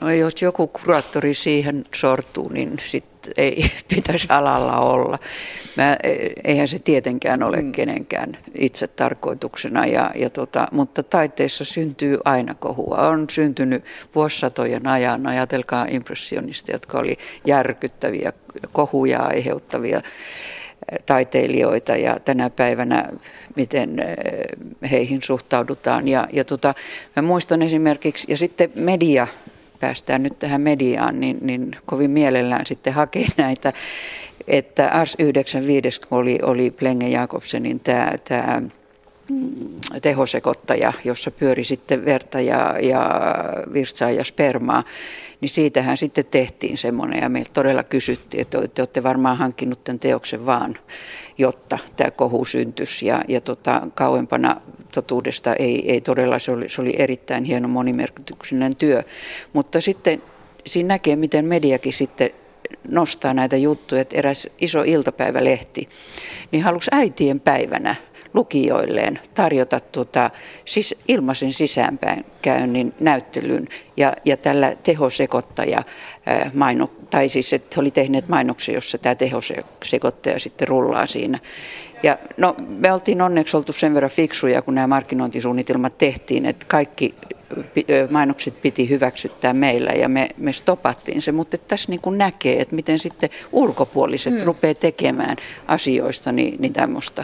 No jos joku kuraattori siihen sortuu, niin sitten ei pitäisi alalla olla. Eihän se tietenkään ole kenenkään itse tarkoituksena, mutta taiteessa syntyy aina kohua. On syntynyt vuosisatojen ajan, ajatelkaa impressionisteja, jotka oli järkyttäviä kohuja aiheuttavia taiteilijoita ja tänä päivänä miten heihin suhtaudutaan. Mä muistan esimerkiksi, ja sitten media, päästään nyt tähän mediaan, niin kovin mielellään sitten hakee näitä, että Ars 95, kun oli Plenge Jacobsenin tämä tehosekoittaja, jossa pyöri sitten verta ja virtsaa ja spermaa, niin siitähän sitten tehtiin semmoinen ja meiltä todella kysyttiin, että te olette varmaan hankkinut tämän teoksen vaan, jotta tämä kohu syntyisi ja kauempana totuudesta ei todella, se oli erittäin hieno monimerkityksinen työ, mutta sitten siinä näkee, miten mediakin sitten nostaa näitä juttuja, että eräs iso iltapäivälehti, niin halusi äitien päivänä lukijoilleen tarjota siis ilmaisen sisäänkäynnin näyttelyn ja tällä tehosekoittaja tai siis että he oli tehneet mainoksen, jossa tämä tehosekoittaja sitten rullaa siinä. Ja no me oltiin onneksi oltu sen verran fiksuja, kun nämä markkinointisuunnitelmat tehtiin, että kaikki mainokset piti hyväksyttää meillä ja me stopattiin se, mutta tässä niin kuin näkee, että miten sitten ulkopuoliset rupeaa tekemään asioista niin tämmöistä.